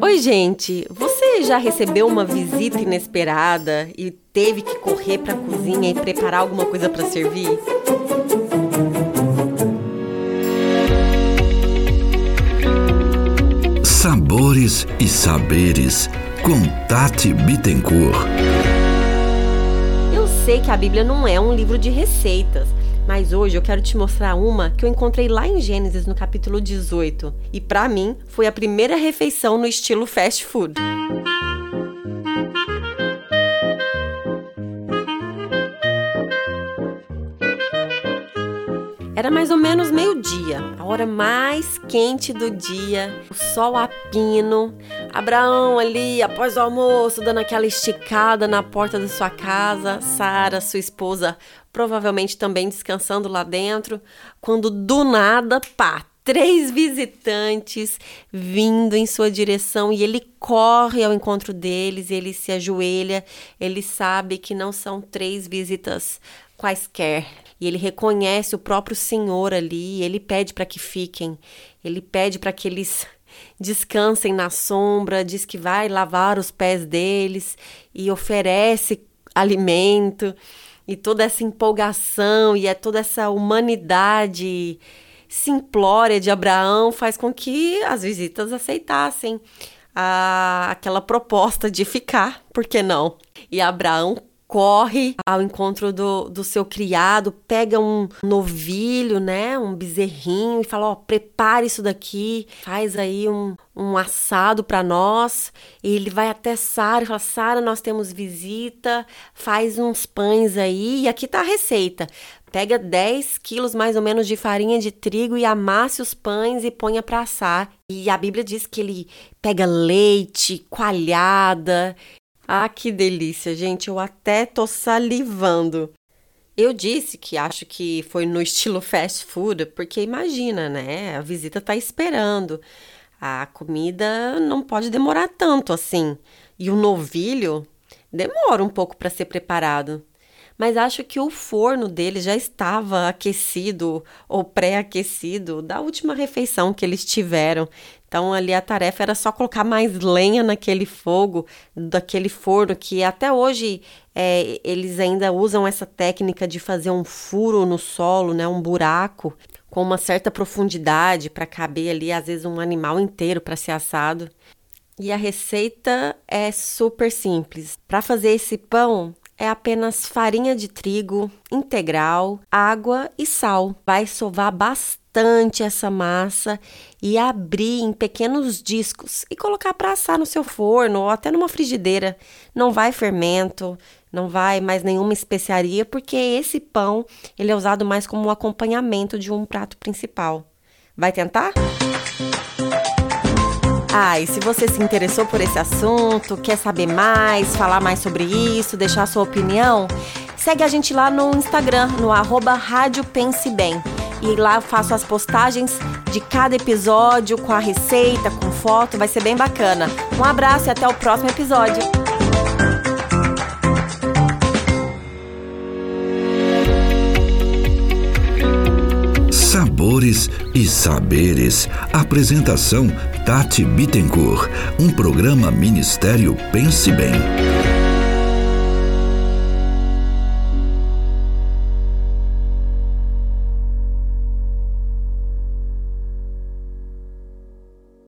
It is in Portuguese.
Oi, gente! Você já recebeu uma visita inesperada e teve que correr para a cozinha e preparar alguma coisa para servir? Sabores e Saberes, com Tati Bittencourt. Eu sei que a Bíblia não é um livro de receitas, mas hoje eu quero te mostrar uma que eu encontrei lá em Gênesis, no capítulo 18. E pra mim, foi a primeira refeição no estilo fast food. Era mais ou menos meio-dia, a hora mais quente do dia, o sol a pino. Abraão ali, após o almoço, dando aquela esticada na porta da sua casa. Sara, sua esposa, provavelmente também descansando lá dentro. Quando do nada, 3 visitantes vindo em sua direção e ele corre ao encontro deles, ele se ajoelha, ele sabe que não são 3 visitas quaisquer. E ele reconhece o próprio Senhor ali, ele pede para que fiquem, ele pede para que eles descansem na sombra, diz que vai lavar os pés deles e oferece alimento. E toda essa empolgação e toda essa humanidade simplória de Abraão faz com que as visitas aceitassem aquela proposta de ficar, por que não? E Abraão corre ao encontro do seu criado, pega um novilho, né, um bezerrinho e fala, prepare isso daqui, faz aí um assado para nós. E ele vai até Sara e fala, Sara, nós temos visita, faz uns pães aí e aqui tá a receita. Pega 10 quilos mais ou menos de farinha de trigo e amasse os pães e ponha para assar. E a Bíblia diz que ele pega leite, coalhada. Ah, que delícia, gente, eu até tô salivando. Eu disse que acho que foi no estilo fast food, porque imagina, né, a visita tá esperando. A comida não pode demorar tanto assim. E o novilho demora um pouco para ser preparado. Mas acho que o forno dele já estava aquecido ou pré-aquecido da última refeição que eles tiveram. Então, ali a tarefa era só colocar mais lenha naquele fogo, daquele forno, que até hoje eles ainda usam essa técnica de fazer um furo no solo, né, um buraco, com uma certa profundidade para caber ali, às vezes, um animal inteiro para ser assado. E a receita é super simples. Para fazer esse pão, é apenas farinha de trigo integral, água e sal. Vai sovar bastante essa massa e abrir em pequenos discos e colocar para assar no seu forno ou até numa frigideira. Não vai fermento, não vai mais nenhuma especiaria, porque esse pão ele é usado mais como um acompanhamento de um prato principal. Vai tentar? E se você se interessou por esse assunto, quer saber mais, falar mais sobre isso, deixar sua opinião, segue a gente lá no Instagram, no @Rádio Pense Bem. E lá eu faço as postagens de cada episódio com a receita, com foto, vai ser bem bacana. Um abraço e até o próximo episódio. Sabores e Saberes. Apresentação Tati Bittencourt. Um programa Ministério Pense Bem.